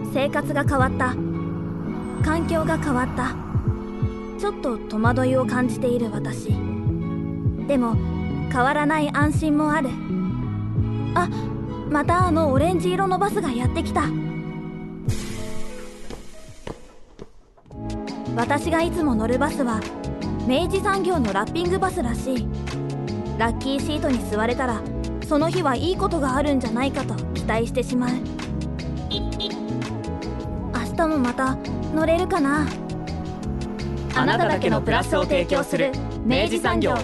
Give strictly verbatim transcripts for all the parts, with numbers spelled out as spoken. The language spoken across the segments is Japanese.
生活が変わった。環境が変わった。ちょっと戸惑いを感じている私。でも変わらない安心もある。あ、またあのオレンジ色のバスがやってきた。私がいつも乗るバスは明治産業のラッピングバスらしい。ラッキーシートに座れたらその日はいいことがあるんじゃないかと期待してしまう。明日もまた乗れるかな。 あなただけのプラスを提供する明治産業。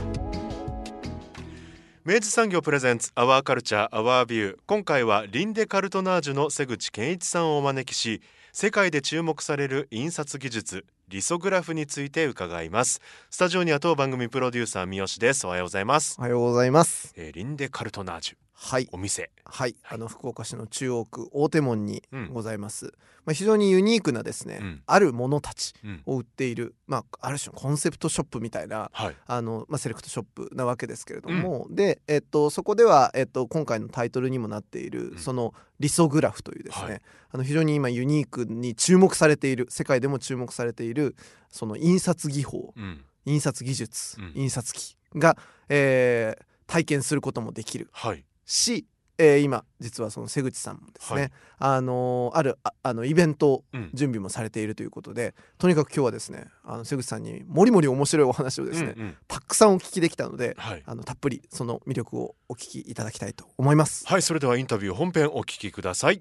明治産業プレゼンツアワーカルチャーアワービュー。今回はリンデカルトナージュの瀬口健一さんをお招きし、世界で注目される印刷技術リソグラフについて伺います。スタジオには当番組プロデューサー三好です。おはようございます。 おはようございます、 えー、リンデカルトナージュ、 はい、 お店、 はい、あの福岡市の中央区大手門にございます、うん、まあ、非常にユニークなですね、うん、あるものたちを売っている、まあ、ある種のコンセプトショップみたいな、はい、あのまあ、セレクトショップなわけですけれども、うん、で、えっと、そこでは、えっと、今回のタイトルにもなっている、うん、そのリソグラフというですね、はい、あの非常に今ユニークに注目されている、世界でも注目されているその印刷技法、うん、印刷技術、うん、印刷機が、えー、体験することもできる、はい、し、えー、今実はその瀬口さんもですね、はい、あのー、ある あ, あのイベント準備もされているということで、うん、とにかく今日はですね、あの瀬口さんにもりもり面白いお話をですね、うんうん、たくさんお聞きできたので、はい、あのたっぷりその魅力をお聞きいただきたいと思います。 はい、それではインタビュー本編お聞きください。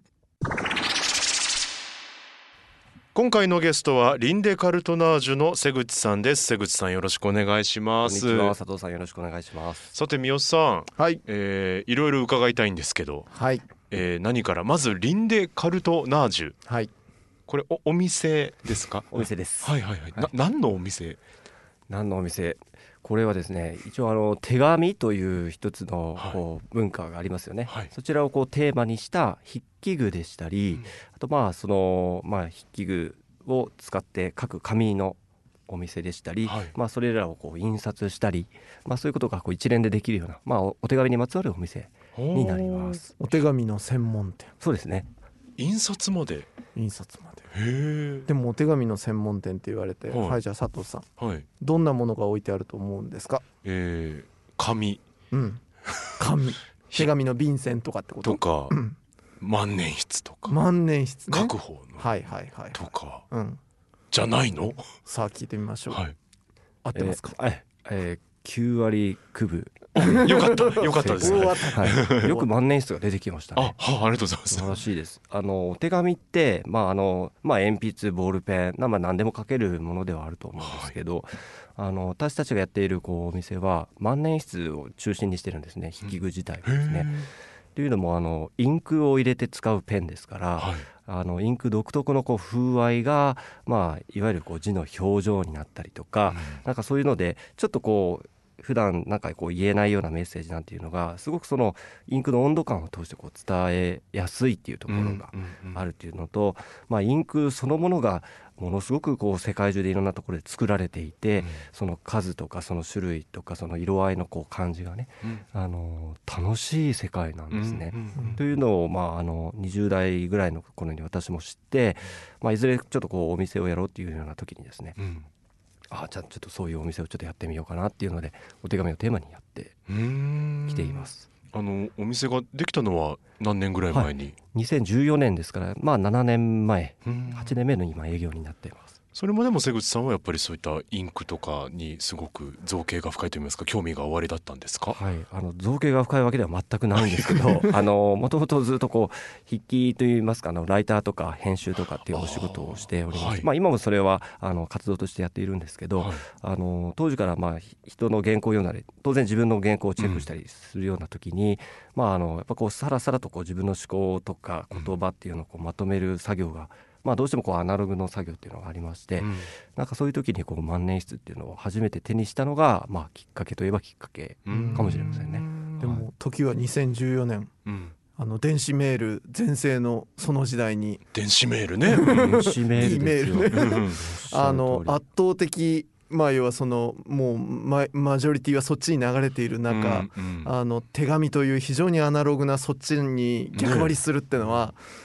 今回のゲストはリンデカルトナージュの瀬口さんです。瀬口さん、よろしくお願いします。 こんにちは、佐藤さん、よろしくお願いします。 さて三好さん、 はい、 えー、いろいろ伺いたいんですけど、はい、えー、何からまずリンデカルトナージュ、はい、これ お, お店ですか？ お店です。 はいはいはい、はい、な何のお店？ 何のお店？これはですね、一応あの手紙という一つのこう文化がありますよね、はい、そちらをこうテーマにした筆記具でしたり、うん、あとまあそのまあ筆記具を使って書く紙のお店でしたり、はい、まあ、それらをこう印刷したり、まあ、そういうことがこう一連でできるような、まあ、お手紙にまつわるお店になります。 お手紙の専門店。 そうですね。 印刷まで。 印刷まで。 へでもお手紙の専門店って言われて、はい、はい、じゃあ佐藤さん、はい、どんなものが置いてあると思うんですか？ えー、紙、 うん、紙手紙の便箋とかってこととか、うん、万年筆とか万年筆、ね、 書く方の、 はいはいはい、 とか、 うん、じゃないの？ さあ聞いてみましょう、はい、合ってますか？ えーえー、きゅうわりくぶよかったよかったですね、 はい、よく万年筆が出てきましたね。 あ、はあ、ありがとうございます。 素晴らしいです。あのお手紙って、まああのまあ、鉛筆ボールペン、まあ、何でも書けるものではあると思うんですけど、はい、あの私たちがやっているこうお店は万年筆を中心にしてるんですね、筆記具自体はですね。というのもあのインクを入れて使うペンですから、はい、あのインク独特のこう風合いが、まあ、いわゆるこう字の表情になったりとか、うん、なんかそういうのでちょっとこう普段なんかこう言えないようなメッセージなんていうのがすごくそのインクの温度感を通してこう伝えやすいっていうところがあるっていうのと、うんうんうん、まあ、インクそのものがものすごくこう世界中でいろんなところで作られていて、うん、その数とかその種類とかその色合いのこう感じがね、うん、あの楽しい世界なんですね、うんうんうん、というのを、まあ、あのにじゅう代ぐらいの頃に私も知って、まあ、いずれちょっとこうお店をやろうっていうような時にですね、うん、あじゃあちょっとそういうお店をちょっとやってみようかなっていうのでお手紙をテーマにやってきています。 あのお店ができたのは何年ぐらい前に？はい、 にせんじゅうよねんですから、まあ、ななねんまえはちねんめの今営業になっています。 それまでも瀬口さんはやっぱりそういったインクとかにすごく造詣が深いといいますか興味がおありだったんですか？ はい、あの造詣が深いわけでは全くないんですけどあのもともとずっとこう筆記といいますかあのライターとか編集とかっていうお仕事をしております。はい、まあ、今もそれはあの活動としてやっているんですけど、はい、あの当時からまあ人の原稿を読んだり当然自分の原稿をチェックしたりするような時に、うん、まあ、あのやっぱこうさらさらとこう自分の思考とか言葉っていうのをこうまとめる作業がまあ、どうしてもこうアナログの作業っていうのがありまして、うん、なんかそういう時にこう万年筆っていうのを初めて手にしたのが、まあ、きっかけといえばきっかけかもしれませんね。 でも時はにせんじゅうよねん、うん、あの電子メール全盛のその時代に電子メールね電子メールですよ、 ね、あの圧倒的まあ、要はそのもう マ, マジョリティはそっちに流れている中、うんうん、あの手紙という非常にアナログなそっちに逆張りするっていうのは、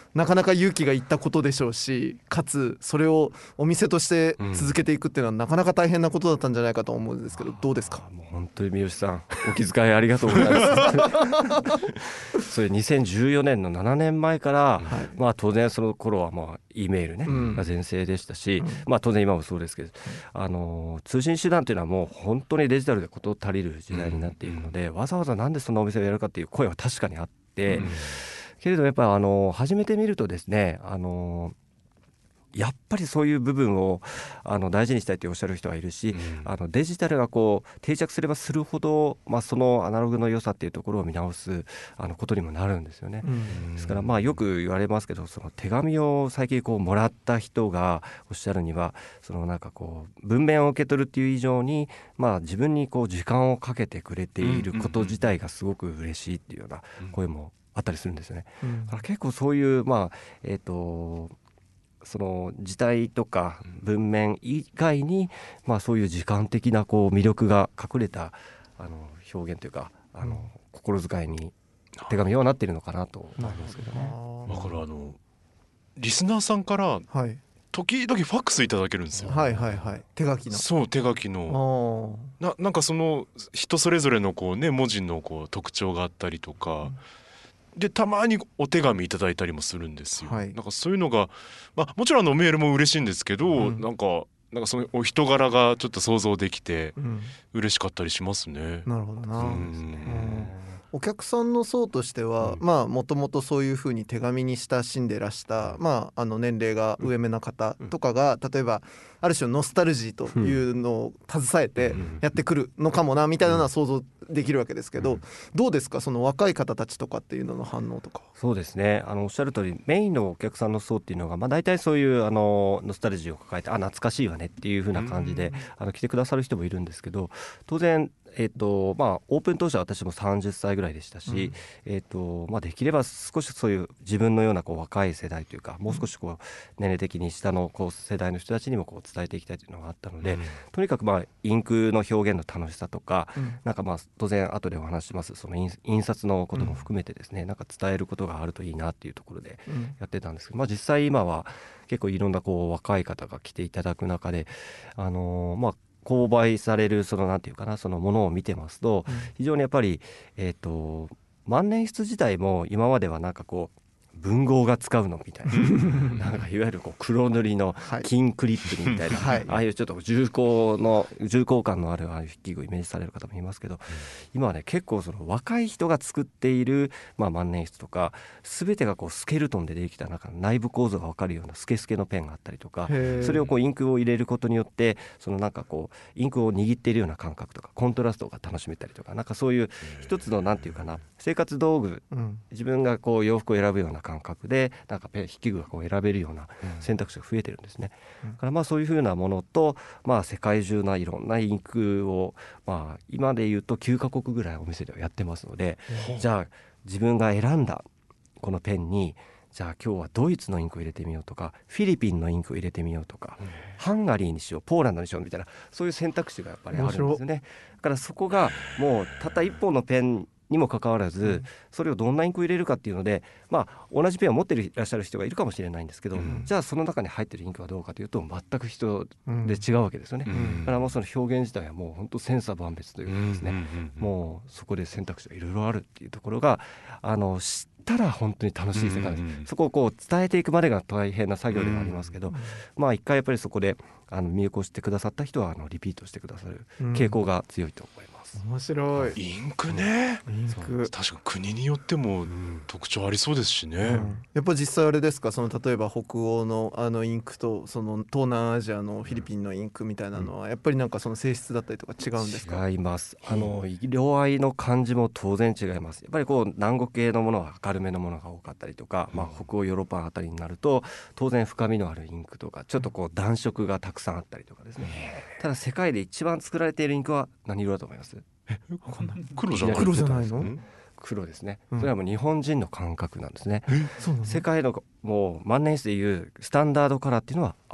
なかなか勇気がいったことでしょうし、かつそれをお店として続けていくっていうのはなかなか大変なことだったんじゃないかと思うんですけど、どうですか？ もう本当に三好さんお気遣いありがとうございますそれにせんじゅうよねんのななねんまえから、はい、まあ、当然その頃はまあ E メールね、うん、が全盛でしたし、うん、まあ、当然今もそうですけど、あの通信手段というのはもう本当にデジタルで事足りる時代になっているので、うん、わざわざなんでそんなお店をやるかっていう声は確かにあって、うん、けれどやっぱりあの始めてみるとですね、あのやっぱりそういう部分をあの大事にしたいとおっしゃる人がいるし、うん、あのデジタルがこう定着すればするほど、まあ、そのアナログの良さっていうところを見直すあのことにもなるんですよね、うん、ですからまあよく言われますけど、その手紙を最近こうもらった人がおっしゃるには、そのなんかこう文面を受け取るっていう以上に、まあ、自分にこう時間をかけてくれていること自体がすごく嬉しいっていうような声もあったりするんですよね、うん、だから結構そういうまあえっとその字体とか文面以外に、まあ、そういう時間的なこう魅力が隠れたあの表現というか、あの心遣いに手紙はなっているのかなと思いますけどね。 だからあのリスナーさんから時々ファックスいただけるんですよ。 はいはいはい、手書きの。 そう、手書きの な, なんかその人それぞれのこう、ね、文字のこう特徴があったりとか、うんでたまにお手紙いただいたりもするんですよ、はい、なんかそういうのが、まあ、もちろんあのメールも嬉しいんですけど、うん、なんかなんかそのお人柄がちょっと想像できて嬉しかったりしますね、 うん、なるほどな、うん、お客さんの層としては、うん、まあもともとそういうふうに手紙に親しんでらした、まあ、あの年齢が上目な方とかが、例えばある種のノスタルジーというのを携えてやってくるのかもなみたいなのは想像できるわけですけど、どうですか、その若い方たちとかっていうのの反応とか。 そうですね、あのおっしゃる通りメインのお客さんの層っていうのが、まあ、大体そういうあのノスタルジーを抱えて、あ懐かしいわねっていう風な感じであの来てくださる人もいるんですけど、当然えーとまあ、オープン当初は私もさんじゅっさいぐらいでしたし、うんえーとまあ、できれば少しそういう自分のようなこう若い世代というか、もう少しこう年齢的に下のこう世代の人たちにもこう伝えていきたいというのがあったので、うん、とにかくまあインクの表現の楽しさとか、うん、なんかまあ当然後でお話しますその印刷のことも含めてですね、うん、なんか伝えることがあるといいなっていうところでやってたんですけど、まあ、実際今は結構いろんなこう若い方が来ていただく中で、あのー、まあ購買されるそのなんていうかな、そのものを見てますと、うん、非常にやっぱり、えーと、万年筆自体も今まではなんかこう文豪が使うのみたいななんかいわゆるこう黒塗りの金クリップみたいな、はい、ああいうちょっと重厚の重厚感のあるああいう筆記具をイメージされる方もいますけど、うん、今はね結構その若い人が作っている、まあ、万年筆とか全てがこうスケルトンでできた中の内部構造が分かるようなスケスケのペンがあったりとか、それをこうインクを入れることによってそのなんかこうインクを握っているような感覚とかコントラストが楽しめたりとか、なんかそういう一つのなんていうかな生活道具、うん、自分がこう洋服を選ぶような感覚でなんか筆記具がこう選べるような選択肢が増えてるんですね、うん、だからまあそういうふうなものと、まあ、世界中ないろんなインクを、まあ、今で言うときゅうカ国ぐらいお店ではやってますので、うん、じゃあ自分が選んだこのペンにじゃあ今日はドイツのインクを入れてみようとかフィリピンのインクを入れてみようとか、うん、ハンガリーにしようポーランドにしようみたいな、そういう選択肢がやっぱりあるんですよね。だからそこがもうたった一本のペンにもかかわらず、うん、それをどんなインクを入れるかっていうので、まあ、同じペンを持っていらっしゃる人がいるかもしれないんですけど、うん、じゃあその中に入っているインクはどうかというと全く人で違うわけですよね、うん、だからもうその表現自体はもう本当千差万別というかですね、うんうんうんうん、もうそこで選択肢がいろいろあるっていうところがあの知ったら本当に楽しい世界です、うんうんうん、そこをこう伝えていくまでが大変な作業ではありますけど、うんうん、まあ一回やっぱりそこであの魅力を知ってくださった人はあのリピートしてくださる傾向が強いと思います、 うん、面白い。 インクね、 インク確か国によっても特徴ありそうですしね、うん、 やっぱ実際あれですか、その例えば北欧のあのインクとその東南アジアのフィリピンのインクみたいなのはやっぱりなんかその性質だったりとか違うんですか？ 違います。あの色合いの感じも当然違います。やっぱりこう南国系のものは明るめのものが多かったりとか、まあ、北欧ヨーロッパあたりになると当然深みのあるインクとかちょっとこう暖色がたくさんあったりとかですね。ただ世界で一番作られているインクは何色だと思います？ 黒じゃない黒じゃないの？ 黒ですね、うん、それはもう日本人の感覚なんですね。 えそうなの？ 世界のもう万年筆でいうスタンダードカラーっていうのは青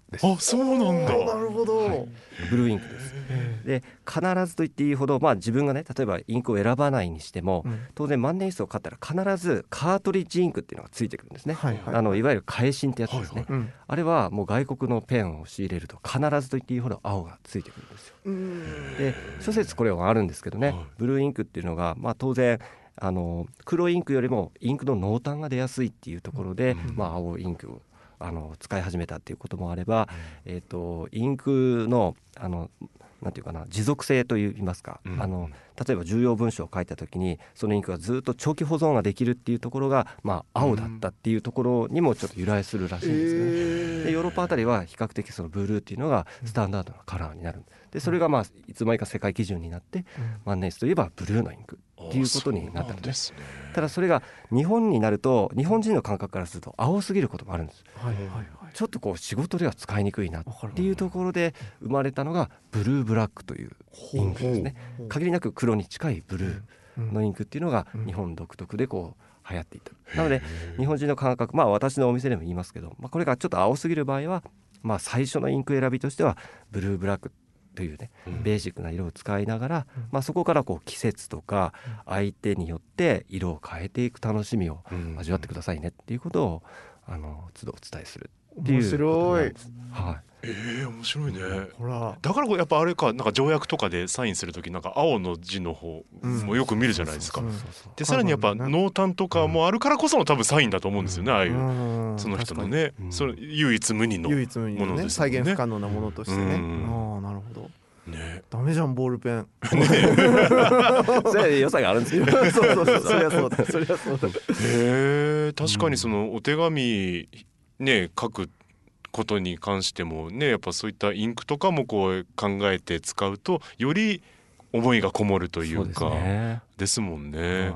です。 あ、そうなんだ。 なるほど、はい、 ブルーインクです。で必ずと言っていいほど、まあ、自分がね例えばインクを選ばないにしても、うん、当然万年筆を買ったら必ずカートリッジインクっていうのがついてくるんですね、はいはい、あのいわゆる替え芯ってやつですね、はいはい、あれはもう外国のペンを仕入れると必ずと言っていいほど青がついてくるんですよ。で諸説これはあるんですけどね、はい、ブルーインクっていうのが、まあ、当然あの黒インクよりもインクの濃淡が出やすいっていうところで、うんまあ、青インクをあの使い始めたっていうこともあれば、うんえー、とインクのあのなんていうかな持続性といいますか、うん、あの例えば重要文章を書いた時にそのインクがずっと長期保存ができるっていうところが、まあ、青だったっていうところにもちょっと由来するらしいんですね、えー、でヨーロッパあたりは比較的そのブルーっていうのがスタンダードなカラーになる。でそれがまあいつまにか世界基準になって、うん、万年筆といえばブルーのインクっていうことになったんです。ただそれが日本になると日本人の感覚からすると青すぎることもあるんです、はいはいはい、ちょっとこう仕事では使いにくいなっていうところで生まれたのがブルーブラックというインクですね。限りなく黒に近いブルーのインクっていうのが日本独特でこう流行っていた。なので日本人の感覚、まあ私のお店でも言いますけど、まあ、これがちょっと青すぎる場合は、まあ、最初のインク選びとしてはブルーブラックというねベーシックな色を使いながら、うんまあ、そこからこう季節とか相手によって色を変えていく楽しみを味わってくださいねっていうことをあの都度お伝えするっていうことなんです。はい、 えー、面白いね。ほらだからやっぱあれか、なんか条約とかでサインするときなんか青の字の方もよく見るじゃないですか。でさらにやっぱ濃淡とかもあるからこその多分サインだと思うんですよね、ああいうその人のね、その唯一無二のものですよね。 再現不可能なものとしてね。ああなるほど。ね、ダメじゃんボールペン。 それ良さがあるんですよ。 そうそうそう、そりゃそうだ、そりゃそうだ。 へえ、確かにそのお手紙ね書くことに関してもね、やっぱそういったインクとかもこう考えて使うとより思いがこもるというかですもんね。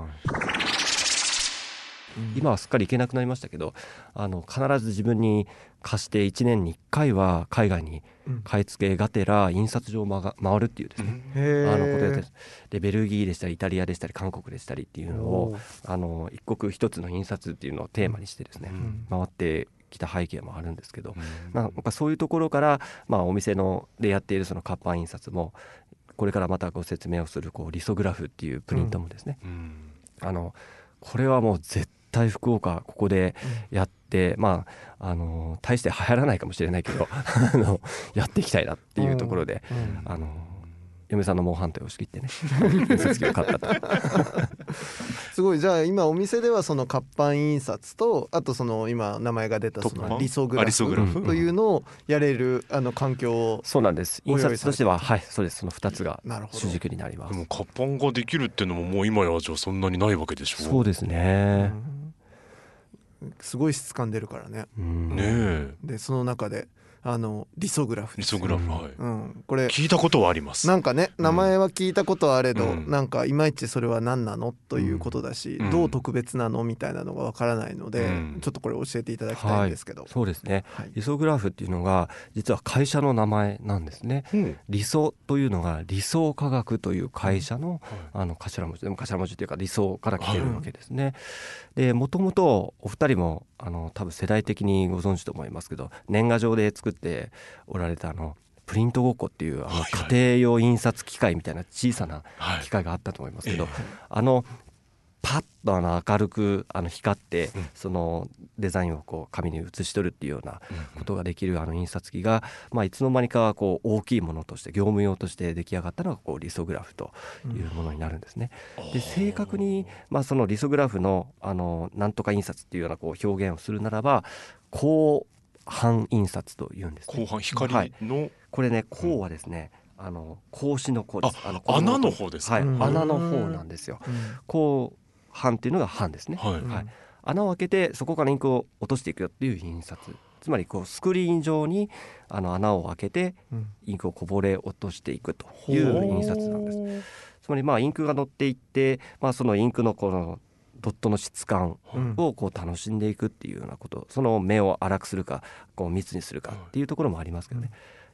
今はすっかり行けなくなりましたけど、あの必ず自分に貸していちねんにいっかいは海外に買い付けがてら印刷所を回るっていうですね、うん、あのことです。でベルギーでしたりイタリアでしたり韓国でしたりっていうのをあの一国一つの印刷っていうのをテーマにしてですね、うん、回ってきた背景もあるんですけど、うん、なんかそういうところから、まあ、お店のでやっているその活版印刷もこれからまたご説明をするこうリソグラフっていうプリントもですね、うん、あのこれはもう絶対対福岡ここでやって、うん、まああの大して流行らないかもしれないけどあのやっていきたいなっていうところで、うん、あの嫁さんの猛反対を仕切ってね印刷機を買ったとすごい。じゃあ今お店ではその活版印刷とあとその今名前が出たそのリソグラフというのをやれるあの環境を。 そうなんです。印刷としてははいそうです。そのふたつが主軸になります。 でも活版ができるっていうのももう今やじゃあそんなにないわけでしょ。 そうですね、 うん、すごい質感出るからね。 うん、ねえ。 でその中であのリソグラフ、 リソグラフ、はい、 うん、これ聞いたことはあります。 なんかね名前は聞いたことはあれど、うん、なんかいまいちそれは何なのということだし、うん、どう特別なのみたいなのがわからないので、うん、ちょっとこれ教えていただきたいんですけど、 はい、そうですね、はい、リソグラフっていうのが実は会社の名前なんですね、うん、理想というのが理想科学という会社の、うん、あの頭文字でも頭文字というか理想から来てるわけですね、はい、でもともとお二人もあの多分世代的にご存知と思いますけど年賀状で作っておられたあのプリントごっこっていうあの家庭用印刷機械みたいな小さな機械があったと思いますけど、はいええ、あのパッとあの明るくあの光って、うん、そのデザインをこう紙に写し取るっていうようなことができるあの印刷機が、まあ、いつの間にかこう大きいものとして業務用として出来上がったのがこうリソグラフというものになるんですね、うん、で正確に、まあ、そのリソグラフのあのなんとか印刷っていうようなこう表現をするならば光半印刷というんですね。 光半光の、はい、 これね光はですね、うん、あの格子の光です。 ああ穴の方ですか、はい、穴の方なんですよ、うん、光半っていうのが半ですね、はいはい、穴を開けてそこからインクを落としていくよっていう印刷、つまりこうスクリーン上にあの穴を開けてインクをこぼれ落としていくという印刷なんです、うん、つまりまあインクが乗っていって、まあ、そのインクのこのドットの質感をこう楽しんでいくっていうようなこと、その目を粗くするかこう密にするかっていうところもありますけどね。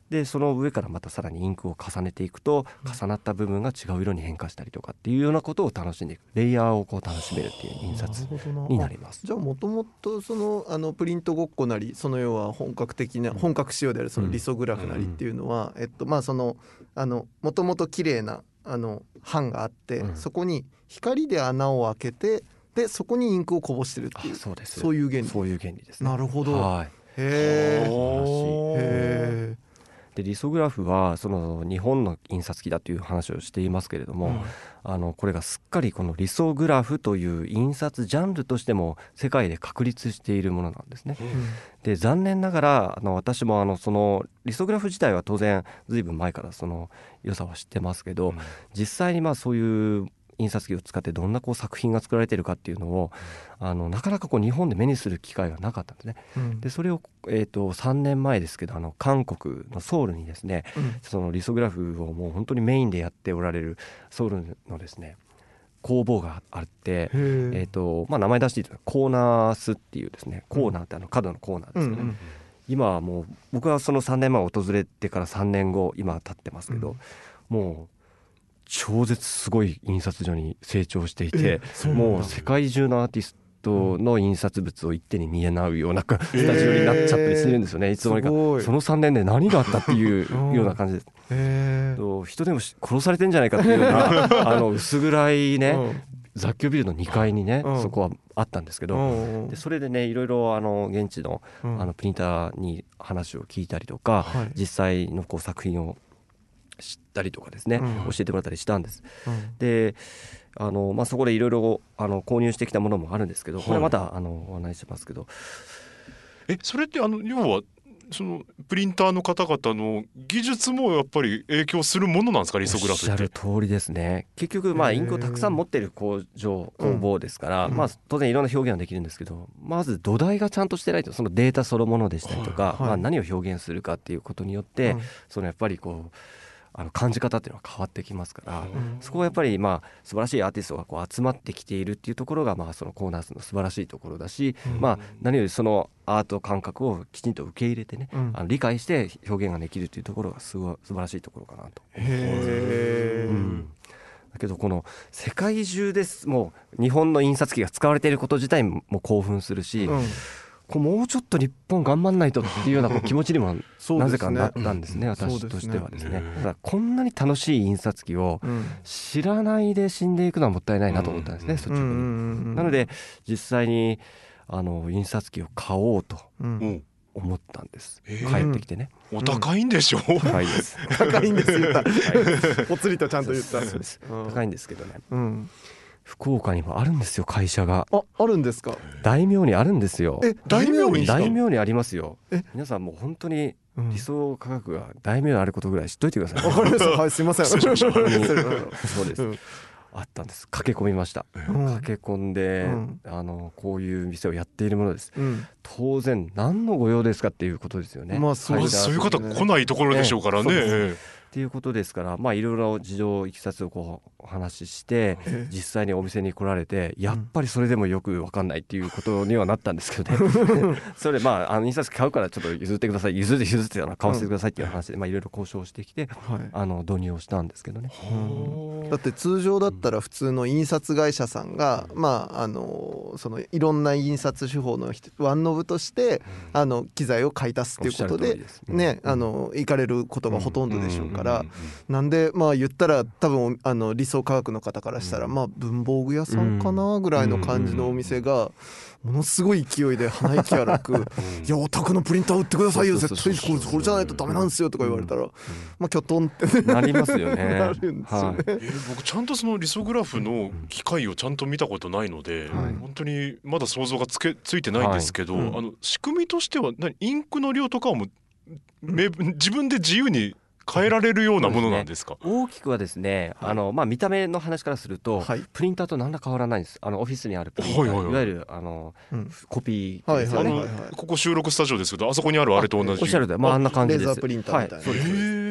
でその上からまたさらにインクを重ねていくと重なった部分が違う色に変化したりとかっていうようなことを楽しんでいく、レイヤーをこう楽しめるっていう印刷になります。 じゃあもともとそのあのプリントごっこなり、その要は本格的な本格仕様であるそのリソグラフなりっていうのは、えっとまあそのあのもともと綺麗なあの版があって、うん、そこに光で穴を開けて、でそこにインクをこぼしてるっていう、 そうです、 そういう原理。 そういう原理ですね。 なるほど。 はい、 へえ。でリソグラフはその日本の印刷機だという話をしていますけれども、うん、あのこれがすっかりこのリソグラフという印刷ジャンルとしても世界で確立しているものなんですね。うん、で残念ながらあの私もあのそのリソグラフ自体は当然ずいぶん前からその良さは知ってますけど、うん、実際にまあそういう印刷機を使ってどんなこう作品が作られているかっていうのをあのなかなかこう日本で目にする機会がなかったんですね。うん、でそれを、えー、とさんねんまえですけどあの韓国のソウルにですね、うん、そのリソグラフをもう本当にメインでやっておられるソウルのですね工房があって、えーとまあ、名前出していいとコーナースっていうですね、コーナーってあの角のコーナーですよね。うんうん、今はもう僕はそのさんねんまえ訪れてからさんねんご今経ってますけど、うん、もう超絶すごい印刷所に成長していて、もう世界中のアーティストの印刷物を一手に見えなうようなスタジオになっちゃったりするんですよね。いつの間にかそのさんねんで何があったっていうような感じです。と人でも殺されてんじゃないかっていうようなあの薄暗いね雑居ビルのにかいにねそこはあったんですけど、でそれでねいろいろあの現地のあのプリンターに話を聞いたりとか、実際のこう作品を知ったりとかですね、うん、教えてもらったりしたんです。うん、であの、まあ、そこでいろいろ購入してきたものもあるんですけど、これまたあのお話ししますけど、 えそれってあの要はそのプリンターの方々の技術もやっぱり影響するものなんですか、リソグラフって。 おっしゃる通りですね。結局まあインクをたくさん持っている工場工房ですから、うんまあ、当然いろんな表現はできるんですけど、まず土台がちゃんとしてないとそのデータそのものでしたりとか、はいまあ、何を表現するかっていうことによって、うん、そのやっぱりこうあの感じ方っていうのは変わってきますから、うん、そこはやっぱりまあ素晴らしいアーティストがこう集まってきているっていうところがまあそのコーナースの素晴らしいところだし、うんまあ、何よりそのアート感覚をきちんと受け入れてね、うん、あの理解して表現ができるっていうところがすごい素晴らしいところかなと。へー、うん、だけどこの世界中ですもう日本の印刷機が使われていること自体も興奮するし、うんこうもうちょっと日本頑張んないとっていうような気持ちにもなぜかなったんですね、私としてはですね。ただこんなに楽しい印刷機を知らないで死んでいくのはもったいないなと思ったんですね、率直に。なので実際にあの印刷機を買おうと思ったんです、帰ってきてね。 お高いんでしょ。 高いです高いんです言ったぽつりとちゃんと言った。 そうです、高いんですけどね、うん福岡にもあるんですよ、会社が。 あ、あるんですか。 大名にあるんですよ。 え、大名に大名にありますよ。え、皆さんもう本当に理想価格が大名にあることぐらい知っといてください。 わかりました。はい、すいません。そうです。 あったんです。駆け込みました。駆け込んで、あのこういう店をやっているものです。当然何のご用ですかっていうことですよね。 まあそういう方来ないところでしょうからね。 っていうことですから、まあいろいろ事情いきさつをこうお話しして実際にお店に来られて、やっぱりそれでもよく分かんないっていうことにはなったんですけどねそれまああの印刷機買うからちょっと譲ってください、譲って譲って買わせてくださいっていう話で、まあいろいろ交渉してきて、あの導入をしたんですけどね。 だって通常だったら普通の印刷会社さんが、まああのそのいろんな印刷手法のワンノブとしてあの機材を買い足すっていうことでね、あの行かれることがほとんどでしょうから、なんでまあ言ったら多分あの理想価格の方からしたら、まあ文房具屋さんかなぐらいの感じのお店がものすごい勢いで鼻息荒くいやお宅のプリンター売ってくださいよ、絶対これこれじゃないとダメなんですよとか言われたら、まあキョトンってなりますよね。 なるんですよね。 え僕ちゃんとそのリソグラフの機械をちゃんと見たことないので、本当にまだ想像がつけついてないんですけど、あの仕組みとしては何インクの量とかはもう自分で自由に変えられるようなものなんですか。 ね、大きくはですね、はい、あのまあ、見た目の話からすると、はい、プリンターと何ら変わらないんです。あのオフィスにあるプリンター、はいはいはい、いわゆるあの、うん、コピーですよね、はいはいはいはい、 ここ収録スタジオですけどあそこにあるあれと同じ。 おっしゃるとおり、まあ、あんな感じです。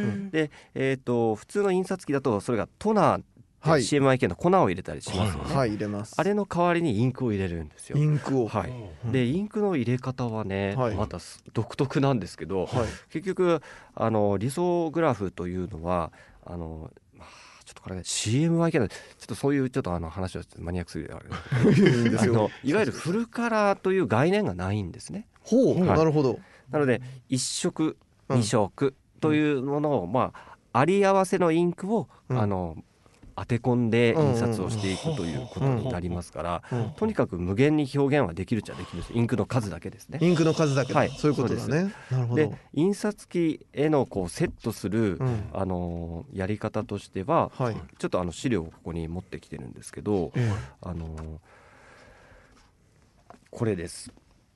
レーザープリンターみたいな、 はい、そうです。で、えーと、普通の印刷機だとそれがトナーはい、シーエムアイケー の粉を入れたりしますよね、 はい、入れます。 あれの代わりにインクを入れるんですよ。 インクを、 はい、でインクの入れ方はね、はい、また独特なんですけど、はい、結局あのリソグラフというのはあのちょっとこれ シーエムアイケー のちょっとそういうちょっとあの話はマニアックすぎるあのいわゆるフルカラーという概念がないんですね。 ほう、はい、なるほど。 なのでいっ色に色というものを、うん、まああり合わせのインクを、うん、あの当て込んで印刷をしていくということになりますから、うんうん、とにかく無限に表現はできるっちゃできるんです。インクの数だけですね。 インクの数だけ、 はい、 そういうことだね。なるほど。 で印刷機へのこうセットする、うん、あのやり方としては、はい、ちょっとあの資料をここに持ってきてるんですけど、うん、あのこれです。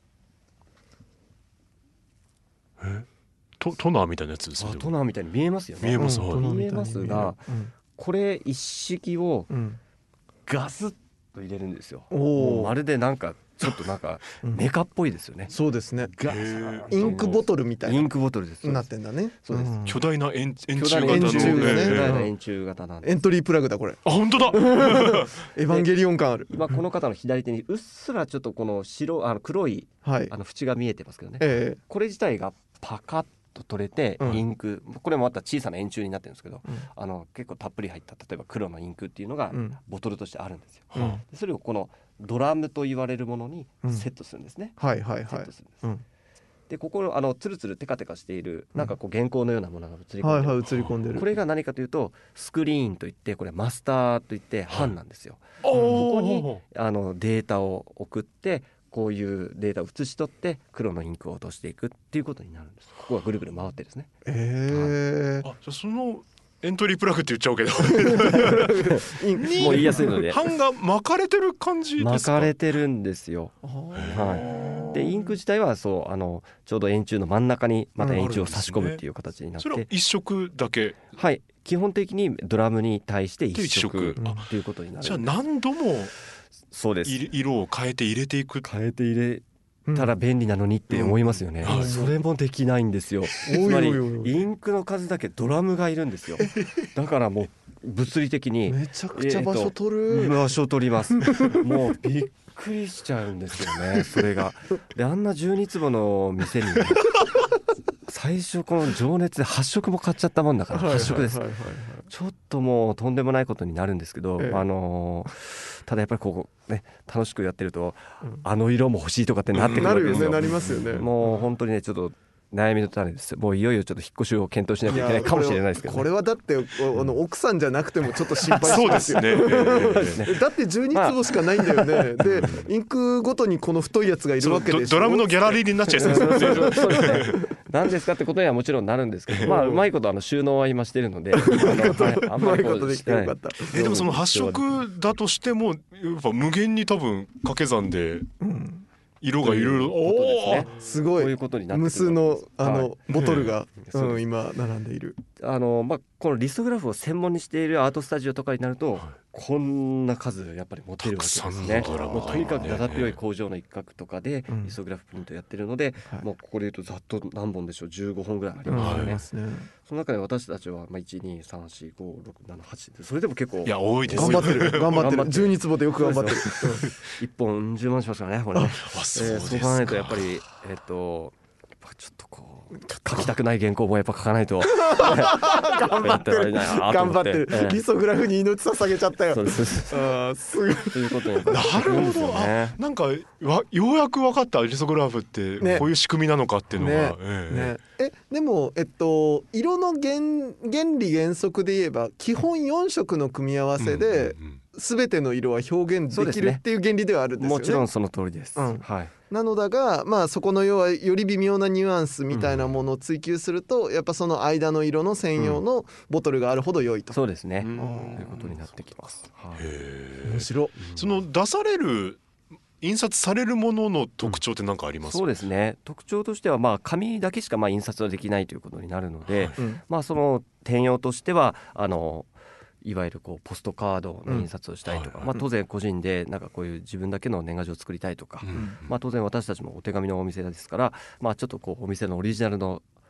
えト, トナーみたいなやつですね。 トナーみたいに見えますよね。 見えます、 うん、見えますが、うん、これ一式をガスッと入れるんですよ、うん、もうまるでなんかちょっとなんかメカっぽいですよね、 うん、そうですね。ガインクボトルみたいなインクボトルですなってんだね。 そうです、 うん、巨大な円柱型の円柱型、ね、巨大な円柱型なんです。 エントリープラグだこれ。 あ、本当だエヴァンゲリオン感ある。 今この方の左手にうっすらちょっとこの白あの黒い、はい、あの縁が見えてますけどね、えー、これ自体がパカッと取れてインク、うん、これもまた小さな円柱になってるんですけど、うん、あの結構たっぷり入った例えば黒のインクっていうのがボトルとしてあるんですよ、うん、それをこのドラムと言われるものにセットするんですね、 うん、はいはいはい、 セットするんです、うん、でここあのツルツルテカテカしているなんかこう原稿のようなものが映り込んでる、はいはい、映り込んでる。これが何かというとスクリーンといってこれマスターといって版なんですよ、はい、ここにあのデータを送ってこういうデータを写し取って黒のインクを落としていくっていうことになるんです。ここがぐるぐる回ってですね。 えーはい、あ、じゃあそのエントリープラグって言っちゃうけどもう言いやすいので版が巻かれてる感じですか。 巻かれてるんですよ、はい、でインク自体はそうあのちょうど円柱の真ん中にまた円柱を差し込むっていう形になって、うんね、 それは一色だけ。 はい、基本的にドラムに対して一色っていうことになるんです。 じゃあ何度もそうです、 色を変えて入れていく。 変えて入れたら便利なのにって思いますよね、うんうん、それもできないんですよ。つまりインクの数だけドラムがいるんですよ。だからもう物理的にめちゃくちゃ場所取る、 えー、場所取りますもうびっくりしちゃうんですよねそれが。であんなじゅうに坪の店に、ね、最初この情熱ではっ色も買っちゃったもんだからはっ色です、はいはいはいはい、ちょっともうとんでもないことになるんですけど、ええ、あのー、ただやっぱりこうね楽しくやってると、うん、あの色も欲しいとかってなってくるわけですよ、 うん、なるよね、なりますよね。 もう本当にねちょっと悩みの種です。もういよいよちょっと引っ越しを検討しなきゃいけないかもしれないですけど、ね、 これはだってあの奥さんじゃなくてもちょっと心配しますよそうですねだってじゅうに坪しかないんだよね、まあ、でインクごとにこの太いやつがいるわけでしょ。 ド, ドラムのギャラリーになっちゃいそうですねそうですね何ですかってことにはもちろんなるんですけど、まあうまいことあの収納は今してるのであんまりことできてよかった、はい、 えでもそのはっ色だとしてもやっぱ無限に多分掛け算で、うん色がいろいろおーすごいこういうことになってくる無数のあの、はい、ボトルが、うん、今並んでいる。 あの、まあ、このリソグラフを専門にしているアートスタジオとかになると、はい、こんな数やっぱり持てるわけですね。もうとにかくだだっ広い工場の一角とかでリソグラフプリントやってるので、うん、もうここで言うとざっと何本でしょうじゅうごほんぐらいありますよね、うん、その中で私たちはまあいち、に、さん、よん、ご、ろく、なな、はちそれでも結構いや多いです頑張ってる頑張ってるじゅうに坪でよく頑張ってるいっぽんじゅうまんしますからねこれね。あ、そうですか。そう考えるとやっぱりえっとちょっとこう書きたくない原稿もやっぱ書かないと頑張ってる頑張ってる、ええ、リソグラフに命捧げちゃったよ。 そうですあすごいということになるほど、ね、なんかわようやく分かったリソグラフってこういう仕組みなのかっていうのが、ねえねええでも、えっと、色の 原, 原理原則で言えば基本よん色の組み合わせで、うんうんうん全ての色は表現できるっていう原理ではあるんですよね。 もちろんその通りです、うんはい、 なのだが、まあ、そこの要はより微妙なニュアンスみたいなものを追求すると、うん、やっぱその間の色の専用のボトルがあるほど良いと、 うん、そうですねということになってきます。 はい、へ面白い。 その出される印刷されるものの特徴って何かありますか？ うん、そうですね特徴としてはまあ紙だけしかまあ印刷はできないということになるので、はいまあ、その転用としてはあのいわゆるこうポストカードの印刷をしたいとか、うんまあ、当然個人でなんかこういう自分だけの年賀状を作りたいとか、うんまあ、当然私たちもお手紙のお店ですから、まあ、ちょっとこうお店のオリジナルの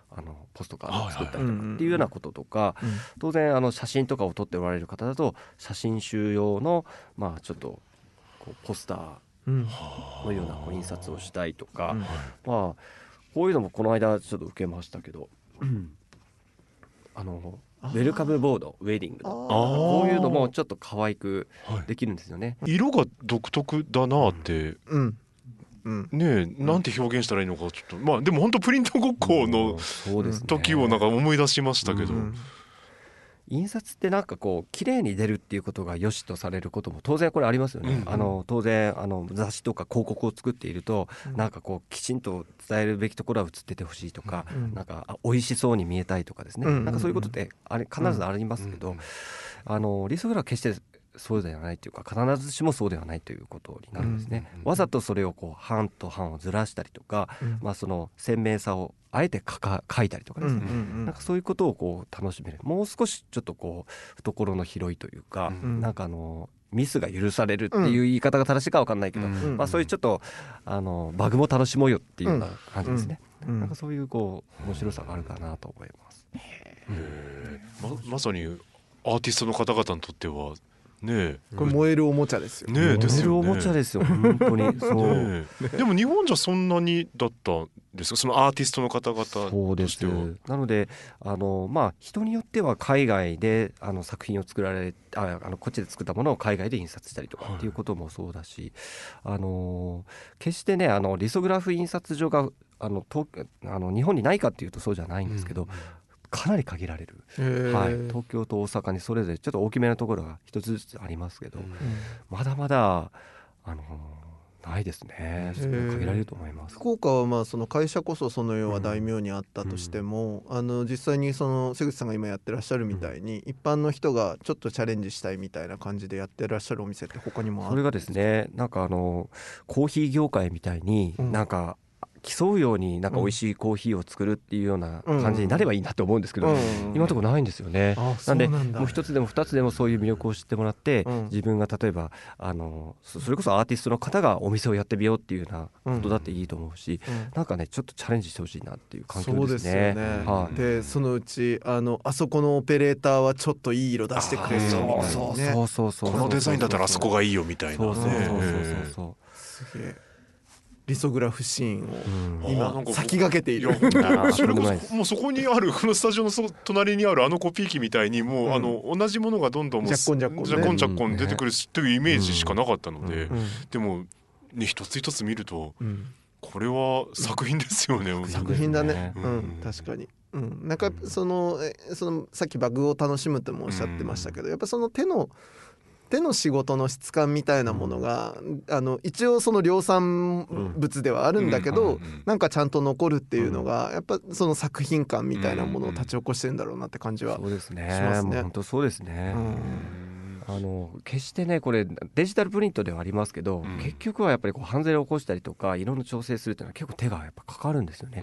あのポストカードを作ったりとかっていうようなこととか、当然あの写真とかを撮っておられる方だと写真集用のまあちょっとこうポスターのようなこう印刷をしたいとか、まあこういうのもこの間ちょっと受けましたけど、あのウェルカムボードウェディングのこういうのもちょっと可愛くできるんですよね。 色が独特だなって、うんうん、ねえ、なんて表現したらいいのかちょっと、まあでも本当プリントごっこの時をなんか思い出しましたけど、うんうん、 印刷ってなんかこう綺麗に出るっていうことが良しとされることも当然これありますよね、うんうん、あの当然あの雑誌とか広告を作っていると、うん、なんかこうきちんと伝えるべきところは映っててほしいとか、うん、なんかあ美味しそうに見えたいとかですね、うんうんうん、なんかそういうことってあれ必ずありますけど、うんうんうん、あのリソグラフは決してそうではないというか必ずしもそうではないということになるんですね、うんうんうん、わざとそれをこう版と版をずらしたりとか、うん、まあ、その鮮明さをあえて書か書いたりとかですね、うんうんうん、なんかそういうことをこう楽しめる、もう少しちょっとこう懐の広いというか、うん、なんかあのミスが許されるっていう言い方が正しいか分かんないけど、うん、まあ、そういうちょっとあのバグも楽しもうよっていうような感じですね、うんうん、なんかそういうこう面白さがあるかなと思います。 へー、ま、まさにアーティストの方々にとってはねえ、 これ燃えるおもちゃですよ。 ねえ、ですよね。 燃えるおもちゃですよ本当にそう、 ね、でも日本じゃそんなにだったんですか、そのアーティストの方々としては。 そうです。なのであの、まあ、人によっては海外であの作品を作られああのこっちで作ったものを海外で印刷したりとかっていうこともそうだし、はい、あの決してねあのリソグラフ印刷所があの東あの日本にないかっていうとそうじゃないんですけど、うん、かなり限られる、はい、東京と大阪にそれぞれちょっと大きめなところが一つずつありますけど、うん、まだまだあのないですね。限られると思います。 福岡はまあその会社こそその世は大名にあったとしても、うん、あの実際にその瀬口さんが今やってらっしゃるみたいに、うん、一般の人がちょっとチャレンジしたいみたいな感じでやってらっしゃるお店って他にもあるんですか？ それがですね、なんかあのコーヒー業界みたいになんか、うん競うようになんか美味しいコーヒーを作るっていうような感じになればいいなと思うんですけど、うんうん、今のところないんですよね。ああ、なんでもう一つでも二つでもそういう魅力を知ってもらって、うん、自分が例えばあのそれこそアーティストの方がお店をやってみようっていうようなことだっていいと思うし、うん、なんかねちょっとチャレンジしてほしいなっていう環境ですね。 そうですよね、はい、でそのうち あのあそこのオペレーターはちょっといい色出してくれるみたいな、ね、 そうそうそうそう、 このデザインだったらあそこがいいよみたいな、 そうそうそうそうそう、 すげえリソグラフシーンを今先駆けている、 うん、それこそもうそこにあるこのスタジオの隣にあるあのコピー機みたいにもう、うん、あの同じものがどんどんジャッコンジャッコン、ね、 ジャッコンジャッコン出てくるというイメージしかなかったので、うん、でも、ね、一つ一つ見ると、うん、これは作品ですよね、うん、 作品だね、うん、確かに、うん、なんかその、そのさっきバグを楽しむってもおっしゃってましたけど、やっぱその手の手の仕事の質感みたいなものが、うん、あの一応その量産物ではあるんだけど、うんうん、なんかちゃんと残るっていうのが、うん、やっぱその作品感みたいなものを立ち起こしてるんだろうなって感じはしますね。そうですね、 もう本当そうですね、うん、あの決してねこれデジタルプリントではありますけど、うん、結局はやっぱりこうハンゼルを起こしたりとか色の調整するっていうのは結構手がやっぱかかるんですよね、うん、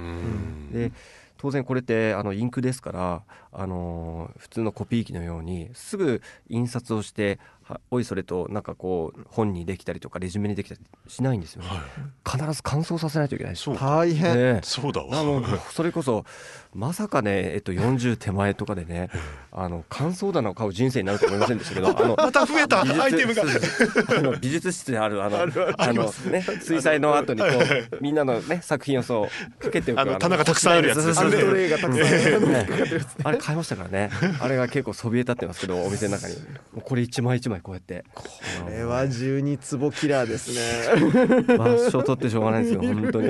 で当然これってあのインクですから、あのー、普通のコピー機のようにすぐ印刷をしておいそれとなんかこう本にできたりとかレジュメにできたりしないんですよね、はい、必ず乾燥させないといけないです。 大変、 ね、そうだわ。 あのそれこそまさかね、えっと、よんじゅう手前とかでねあの乾燥棚を買う人生になると思いませんでしたけどあのまた増えたアイテムがあの美術室にあるあのあるあるあの、ね、水彩の後にこうみんなの、ね、作品をそうかけておくあの棚がたくさんあるやつですよね。 あれ買いましたからね。あれが結構そびえ立ってますけどお店の中にこれ一枚一枚こうやってこれはじゅうに坪キラーですね。 場所取ってしょうがないですよ本当に。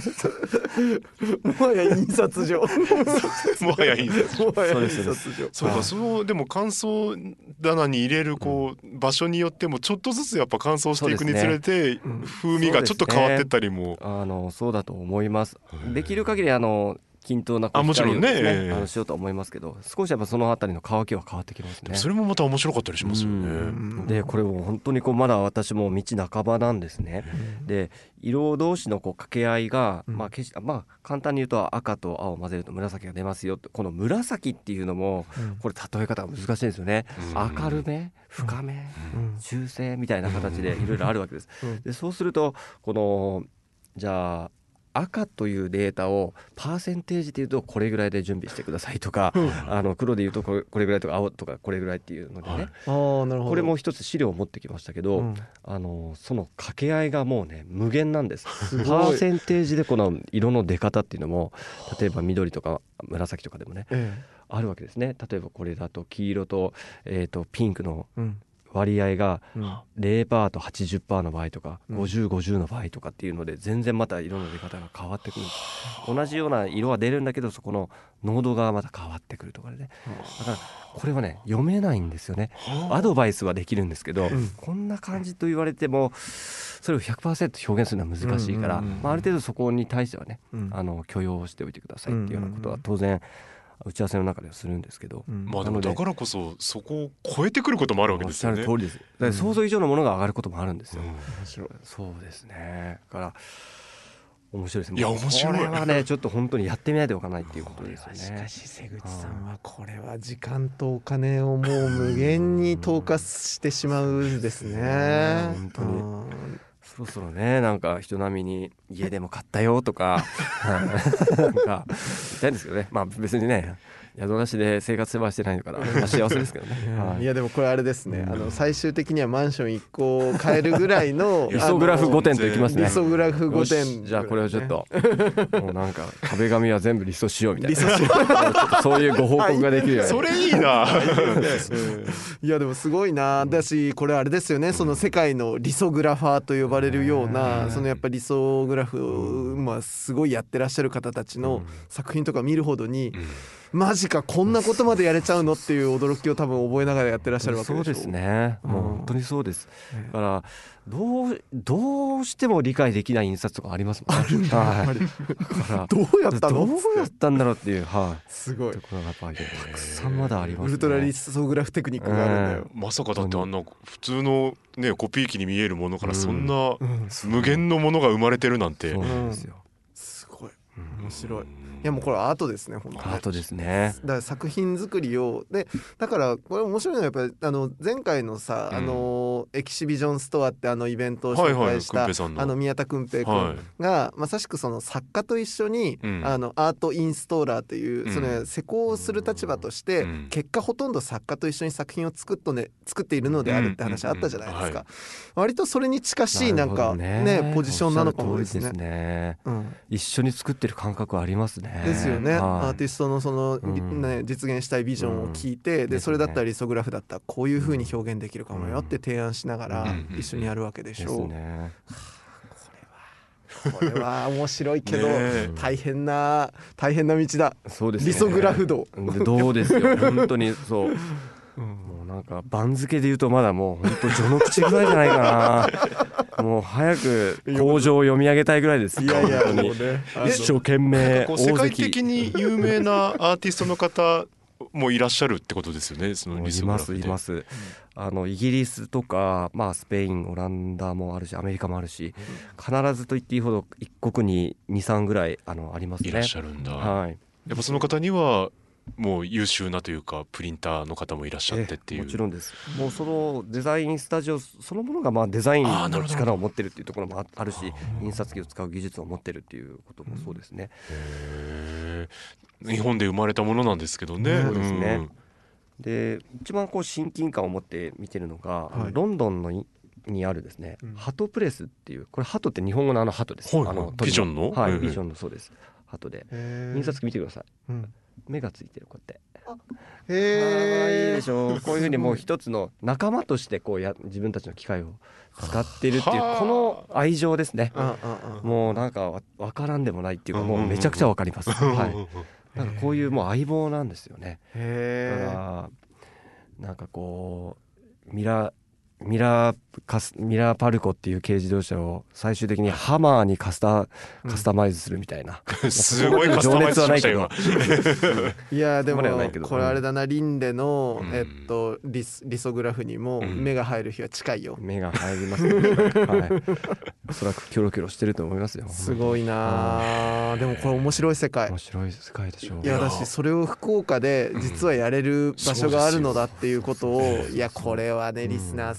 もはや印刷所もはや印刷所そうですそうです。 そうか、そのでも乾燥棚に入れるこう、うん、場所によってもちょっとずつやっぱ乾燥していくにつれて、ね、風味がちょっと変わってったりも、 ね、あのそうだと思います。できる限りあの均等な光を、ね、あもちろんね、 あのしようと思いますけど少しやっぱそのあたりの乾きは変わってきますね。 それもまた面白かったりしますよね。 でこれも本当にこうまだ私も道半ばなんですね。で色同士のこう掛け合いが、まあ、決しまあ簡単に言うと赤と青を混ぜると紫が出ますよって、この紫っていうのもこれ例え方が難しいんですよね。明るめ深め中性みたいな形でいろいろあるわけです。でそうするとこのじゃあ赤というデータをパーセンテージでいうとこれぐらいで準備してくださいとか、あの黒でいうとこれ、これぐらいとか青とかこれぐらいっていうのでね、はい、 あなるほど。 これも一つ資料を持ってきましたけど、うん、あのその掛け合いがもうね無限なんです。パーセンテージでこの色の出方っていうのも例えば緑とか紫とかでもね、ええ、あるわけですね。例えばこれだと黄色と、えー、とピンクの割合が ゼロパーセント と はちじゅっパーセント の場合とか、うん、ごじゅう、ごじゅうの場合とかっていうので全然また色の出方が変わってくる。同じような色は出るんだけどそこの濃度がまた変わってくるとかでね、だからこれはね読めないんですよね。アドバイスはできるんですけど、うん、こんな感じと言われてもそれを ひゃくパーセント 表現するのは難しいから、うんうんうんまあ、ある程度そこに対してはね、うん、あの許容しておいてくださいっていうようなことは当然打ち合わせの中ではするんですけど、うん、 まあでもだからこそそこを超えてくることもあるわけですよね。 おっしゃる通りです。だから想像以上のものが上がることもあるんですよ、うん、面白い。そうですね。だから面白いですね。 いや面白い。 これはねちょっと本当にやってみないとわからないっていうことですよね。 しかし瀬口さんはこれは時間とお金をもう無限に投下してしまうんですね。 本当にそろそろねなんか人並みに家でも買ったよとかなんか言いたいんですけどね。まあ別にね宿なしで生活はしてないのかな、まあ、幸せですけどねいやでもこれあれですね、あの最終的にはマンションいっこ買えるぐらいの理想グラフごてんといきますね。 理想グラフごてん、 じゃあこれをちょっともうなんか壁紙は全部理想しようみたいなちょっとそういうご報告ができるよね。 それいいないやでもすごいな。だしこれあれですよね、その世界の理想グラファーと呼ばれるようなそのやっぱり理想グラフまあすごいやってらっしゃる方たちの作品とか見るほどにマジかこんなことまでやれちゃうのっていう驚きを多分覚えながらやってらっしゃるわけでしょ。 そうですね、もう本当にそうです。だからどうどうしても理解できない印刷とかありますもんね。 あるんだ、 はい、 やっぱりどうやったのどうやったんだろうっていう、はい、 すごいところがやっぱりたくさんまだありますね。 ウルトラリソグラフテクニックがあるんだよ、 えー、まさかだってあんな普通の、ね、コピー機に見えるものからそんな無限のものが生まれてるなんて、 そうなんですよ。 すごい面白い。いやもうこれアートですね本当に。 アートですね。 だから作品作りをでだからこれ面白いのはやっぱりあの前回のさ、うん、あのエキシビジョンストアってあのイベントを紹介した、はいはい、あの宮田くんぺいくんが、はい、まさしくその作家と一緒に、うん、あのアートインストーラーという、うん、その施工をする立場として、うん、結果ほとんど作家と一緒に作品を作っと、ね、作っているのであるって話あったじゃないですか。割とそれに近しいなんか ね, ねポジションなのかもですね。 ですね、うん、一緒に作ってる感覚はありますね。 ですよね、はい、アーティストのその、うんね、実現したいビジョンを聞いて、うん、でそれだったらリソグラフだったらこういう風に表現できるかもよって提案しながら一緒にやるわけでしょう、うんうんね、これはこれは面白いけど大変な大変な道だ。 そうですね、 リソグラフ道どうですよ本当にそう、うん、もうなんか番付で言うとまだもう本当序の口ぐらいじゃないかなもう早く工場を読み上げたいぐらいです。 いやいや本当に、ね、一生懸命こう世界的に有名なアーティストの方もいらっしゃるってことですよね。そのリソグラフでいますいます、うん、あのイギリスとか、まあ、スペインオランダもあるしアメリカもあるし、うん、必ずと言っていいほど一国に にさんぐらいあのありますね。 いらっしゃるんだ、 はい、 やっぱその方にはもう優秀なというかプリンターの方もいらっしゃってっていう。 もちろんです。もうそのデザインスタジオそのものがまあデザインの力を持ってるっていうところもあるし、印刷機を使う技術を持ってるっていうこともそうですね。 へー、日本で生まれたものなんですけどね。 そうですね、うん、で一番こう親近感を持って見てるのが、はい、ロンドンのににあるですね、うん、ハトプレスっていう、これハトって日本語のあのハトです、 はいはい、 あのビジョンの、 はい、ビジョンのそうです。ハトで印刷機見てください、うん、目がついてるこうやって。 へー、いいでしょう。こういうふうにもう一つの仲間としてこうや自分たちの機械を使ってるっていうこの愛情ですね。もうなんか分からんでもないっていうかもうめちゃくちゃ分かります、はい、なんかこういうもう相棒なんですよね。 へだからなんかこうミラミラーカスミラーパルコっていう軽自動車を最終的にハマーにカスタカスタマイズするみたいな、 うん、すごいカスタマイズしましたよいやでもこれあれだな、リンデの、うん、えっと、リス、リソグラフにも目が入る日は近いよ、 うん、目が入りますね、はい、おそらくキョロキョロしてると思いますよ。 すごいな、うん、でもこれ面白い世界、 面白い世界でしょう。 いやだしそれを福岡で実はやれる場所があるのだっていうことを、うん、いやこれはねリスナーさ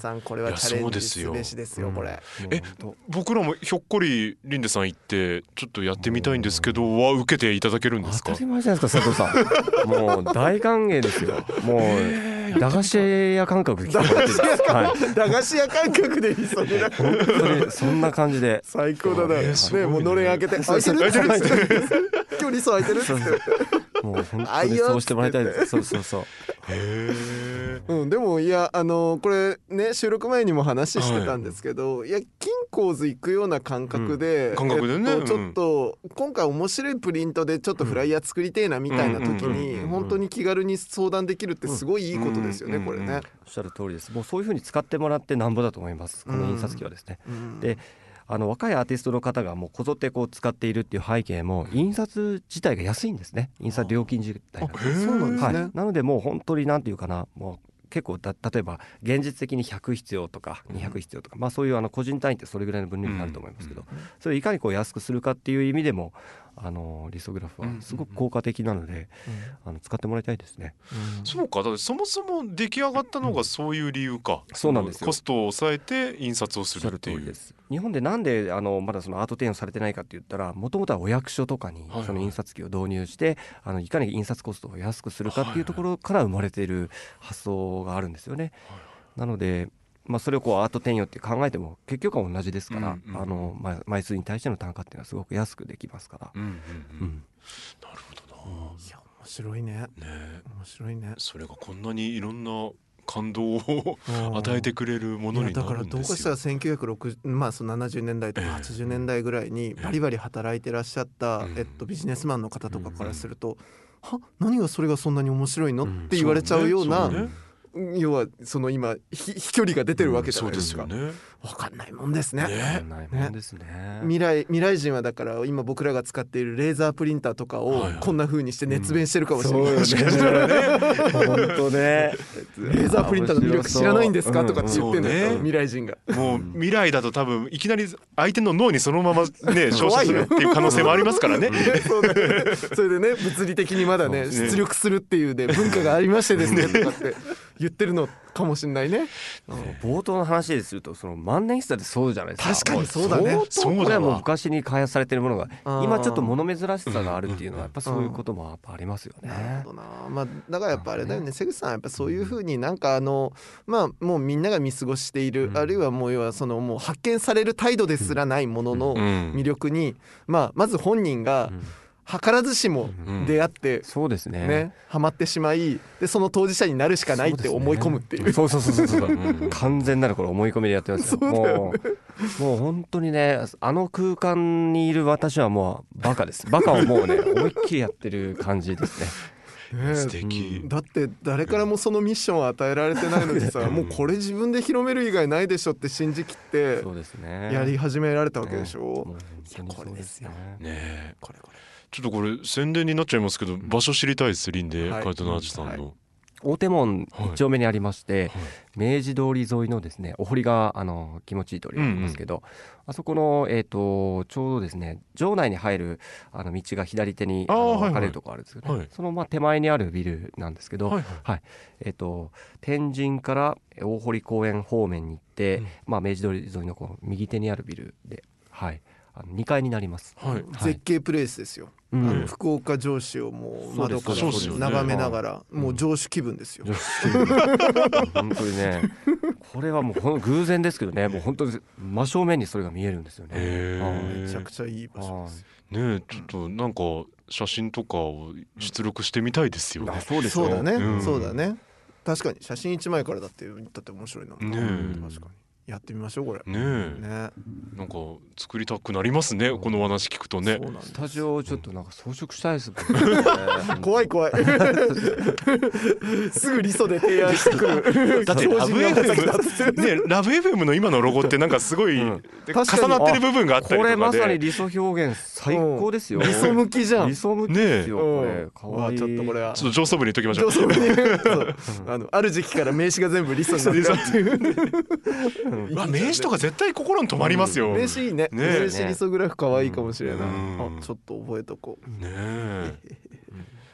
さんこれはチャレンジすべしですよこれ、 うん、え僕らもひょっこりリンデさん行ってちょっとやってみたいんですけどは受けていただけるんですか？ 当たり前じゃないですか佐藤さんもう大歓迎ですよ。もう駄菓子屋感覚駄菓子屋感覚でいいそれだ本当にそんな感じで最高だね。ねもうのれん開けて開いてる開いてる今日リソ開いてるってもう本当にそうしてもらいたいです。そうそうそう。 へー、うん、でもいやあのこれね収録前にも話してたんですけど、はい、いや金鉱図行くような感覚で、 うん、感覚でね、 えっと、ちょっと今回面白いプリントでちょっとフライヤー作りてえなみたいな時に本当に気軽に相談できるってすごいいいことですよね、うん、これね。 おっしゃる通りです。もうそういう風に使ってもらってなんぼだと思います、この印刷機はですね、うん、であの若いアーティストの方がもうこぞってこう使っているっていう背景も印刷自体が安いんですね。印刷料金自体が。 そうなんですね、 はい、なのでもう本当になんていうかなもう結構だ例えば現実的にひゃく必要とかにひゃく必要とか、まあ、そういうあの個人単位ってそれぐらいの分量になると思いますけど、それをいかにこう安くするかっていう意味でもあのリソグラフはすごく効果的なので、あの使ってもらいたいですね、 うん、そうか。だってそもそも出来上がったのがそういう理由か、 うん、そうなんですよ。 コストを抑えて印刷をするっていう。 です。日本でなんであのまだそのアート展をされてないかって言ったら、もともとはお役所とかにその印刷機を導入して、はいはい、あのいかに印刷コストを安くするかっていうところから生まれている発想があるんですよね、はいはい、なのでまあ、それをこうアート転用って考えても結局は同じですから、うんうん、あのまあ、枚数に対しての単価っていうのはすごく安くできますから、うんうんうんうん、なるほどな、 うん、いや面白いね、ね面白いね。 それがこんなにいろんな感動を与えてくれるものになるんですよ。 だからどうかしたらせんきゅうひゃくろくじゅう、まあ、そのななじゅうねんだいとかはちじゅうねんだいぐらいにバリバリ働いてらっしゃった、えっと、ビジネスマンの方とかからすると、は何がそれがそんなに面白いのって言われちゃうような、要はその今飛距離が出てるわけじゃないですか、うん、そうですよね。分かんないもんですね。 分かんないもんですね。 未来未来人はだから今僕らが使っているレーザープリンターとかをこんな風にして熱弁してるかもしれない、うん、そうよね本当ねレーザープリンターの魅力知らないんですかとかって言ってんだよ、ね、未来人が。 もう未来だと多分いきなり相手の脳にそのままね照射するっていう可能性もありますからねそうだね。それでね物理的にまだね出力するっていうね文化がありましてですねとかって言ってるのかもしれないね。 冒頭の話でするとその万年筆だってそうじゃないですか。 確かにそうだね。 そうこれはもう昔に開発されているものが今ちょっと物珍しさがあるっていうのはやっぱそういうこともやっぱありますよね。 なるほどな、まあ、だからやっぱあれだよね、瀬口さんやっぱそういうふうになんかあのまあもうみんなが見過ごしている、うん、あるいはもう要はそのもう発見される態度ですらないものの魅力に、まあまず本人が、うん図らずしも出会って、うん、 そうですね、 ね、ハマってしまいでその当事者になるしかないって思い込むっていう、 そうそうそうそうそう、うん、完全なるこれ思い込みでやってますよ。 そうだよね。 もうもう本当にねあの空間にいる私はもうバカです。バカをもうね思いっきりやってる感じですね。 ね、素敵、 うん、だって誰からもそのミッションを与えられてないのにさもうこれ自分で広める以外ないでしょって信じきってやり始められたわけでしょ、うん、いやこれですよね。 これこれちょっとこれ宣伝になっちゃいますけど、場所知りたいです。リンデカルトナージュさんの、はい、 大手門一丁目にありまして、はい、明治通り沿いのですねお堀があの気持ちいい通りがありますけど、うんうん、あそこの、えー、とちょうどですね城内に入るあの道が左手にあの分かれるところあるんですけど、ねはい、そのまあ手前にあるビルなんですけど、はいはいはいえー、と天神から大堀公園方面に行って、うんまあ、明治通り沿いのこう右手にあるビルで、はい、あのにかいになります、 はいはい、絶景プレイスですよ、うん、あの福岡城址をもう窓から眺めながら、ね、もう城主気分ですよ、うん、 本当にねこれはもうほん偶然ですけどねもう本当に真正面にそれが見えるんですよね。 めちゃくちゃいい場所ですね。ちょっとなんか写真とかを出力してみたいですよね、 うん、あそうですよそうだね、うん、そうだね確かに写真いちまいからだって言ったって面白いな、ね、確かにやってみましょうこれ。 ねえ、ね、なんか作りたくなりますね、うん、この話聞くとね。 スタジオをちょっとなんか装飾したいですもんね怖い怖いすぐリソで提案してくるだってラブ エフエム ねラブ エフエム の今のロゴってなんかすごい、うん、重なってる部分があったりとかで、 これまさに理想表現最高ですよ、 うん、理想向きじゃん。 理想向きですよ、ね、これかわいい。 ちょっとこれはちょっと上層部に言っときましょう。 上層部にそうあのある時期から名刺が全部理想になったっていううわ名刺とか絶対心に留まりますよ、うん、 名刺いいね、ね名刺リソグラフ可愛いかもしれない、うん、あちょっと覚えとこうねえわ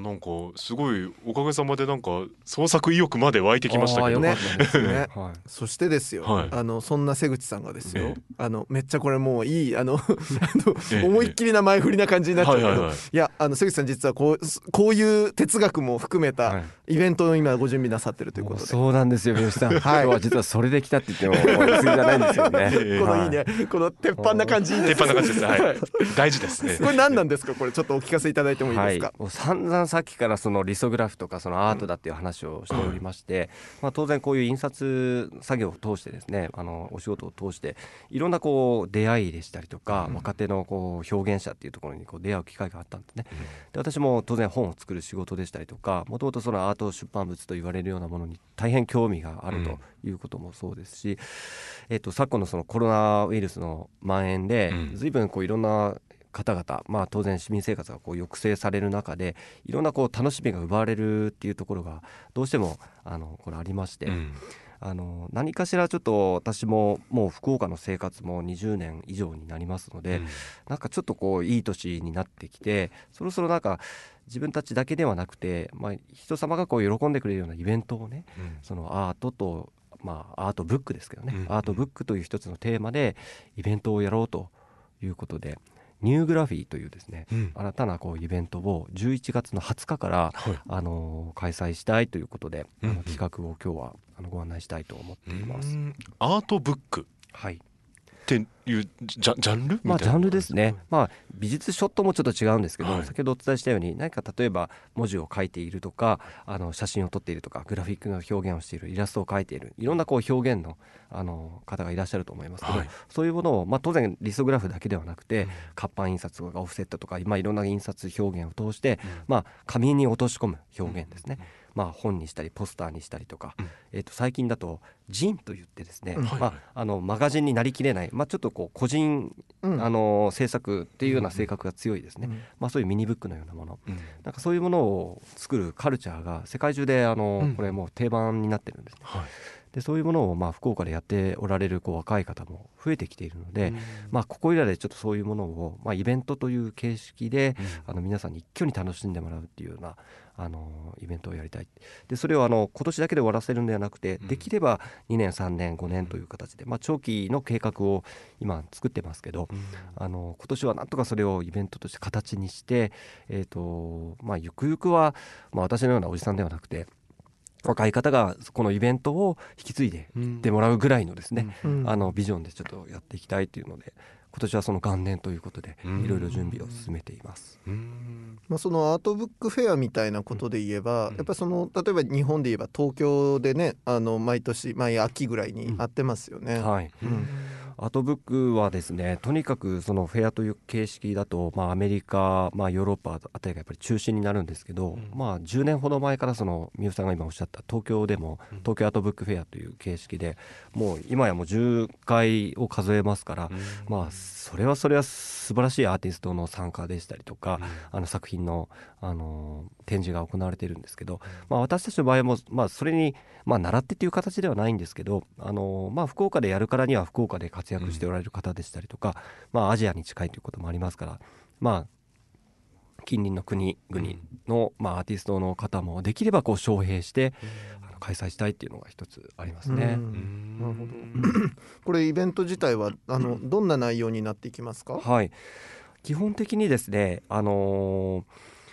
なんかすごいおかげさまでなんか創作意欲まで湧いてきましたけどねねはい、そしてですよ、 はい、 あのそんな瀬口さんがですよ、ええ、あのめっちゃこれもういいあのあの思いっきりな前振りな感じになっちゃうけど、はいはいはい、いやあの瀬口さん実はこうこういう哲学も含めたイベントを今ご準備なさってるということで、 そうなんですよ三好さん、はい、今日は実はそれで来たって言っても過ぎじゃないんですよねこのいいね、この鉄板な感じいいです、 鉄板な感じです、はい、大事ですね。 これ何なんですか、これちょっとお聞かせいただいてもいいですか。 はい、もう散々さっきからそのリソグラフとかそのアートだっていう話をしておりまして、うんまあ、当然こういう印刷作業を通してですね、あのお仕事を通していろんなこう出会いでしたりとか、うん、若手のこう表現者っていうところにこう出会う機会があったんですね、うん、で私も当然本を作る仕事でしたりとか、もともとそのアート出版物と言われるようなものに大変興味があるということもそうですし、うんえっと、昨今のそのコロナウイルスの蔓延で随分こういろんな方々、まあ、当然市民生活がこう抑制される中でいろんなこう楽しみが奪われるっていうところがどうしてもあのこれありまして、うん、あの何かしらちょっと私ももう福岡の生活もにじゅうねん以上になりますので、うん、なんかちょっとこういい年になってきて、そろそろなんか自分たちだけではなくて、まあ、人様がこう喜んでくれるようなイベントをね、うん、そのアートとまあ、アートブックですけどね、うん、アートブックという一つのテーマでイベントをやろうということで、ニューグラフィーというですね、うん、新たなこうイベントをじゅういちがつのはつかから、はいあのー、開催したいということで、うんうん、あの企画を今日はあのご案内したいと思っています。 アートブック、 はいっていうジャ、ジャンルみたいな、 まあ、ジャンルですね、まあ、美術書ともちょっと違うんですけど、はい、先ほどお伝えしたように何か例えば文字を書いているとか、あの写真を撮っているとか、グラフィックの表現をしている、イラストを描いている、いろんなこう表現の、あの方がいらっしゃると思いますけど、はい、そういうものを、まあ、当然リソグラフだけではなくて、うん、活版印刷とかオフセットとか、まあ、いろんな印刷表現を通して、うんまあ、紙に落とし込む表現ですね、うんまあ、本にしたりポスターにしたりとか、うんえー、と最近だとジンといってですね、うんまあ、あのマガジンになりきれない、まあ、ちょっとこう個人、うん、あの制作っていうような性格が強いですね、うんまあ、そういうミニブックのようなもの、うん、なんかそういうものを作るカルチャーが世界中であの、うん、これもう定番になってるんですね、はいでそういうものをまあ福岡でやっておられるこう若い方も増えてきているので、うんまあ、ここいらでちょっとそういうものを、まあ、イベントという形式で、うん、あの皆さんに一挙に楽しんでもらうっていうようなあのイベントをやりたい。でそれをあの今年だけで終わらせるんではなくて、うん、できればにねんさんねんごねんという形で、まあ、長期の計画を今作ってますけど、うん、あの今年はなんとかそれをイベントとして形にして、えーとまあ、ゆくゆくは、まあ、私のようなおじさんではなくて若い方がこのイベントを引き継いでいってもらうぐらいのですね、うん、あのビジョンでちょっとやっていきたいというので、今年はその元年ということでいろいろ準備を進めています。 うんまあ、そのアートブックフェアみたいなことで言えば、うん、やっぱりその例えば日本で言えば東京でね、あの毎年毎秋ぐらいにあってますよね、 うんはいうんアートブックはですね、とにかくそのフェアという形式だと、まあ、アメリカ、まあ、ヨーロッパあたりがやっぱり中心になるんですけど、うん、まあ、じゅうねんほど前からその三好さんが今おっしゃった東京でも東京アートブックフェアという形式で、もう今やもうじゅっかいを数えますから、うんまあ、それはそれは素晴らしいアーティストの参加でしたりとか、うん、あの作品の、あの展示が行われているんですけど、まあ、私たちの場合も、まあ、それに、まあ、習ってっていう形ではないんですけど、あの、まあ、福岡でやるからには福岡で活躍しておられる方でしたりとか、うんまあ、アジアに近いということもありますから、まあ、近隣の国々の、まあ、アーティストの方もできればこう招聘して、うん、あの開催したいっていうのが一つありますね。 うんなるほどこれイベント自体はあのどんな内容になっていきますか？ はい、基本的にですね、あのー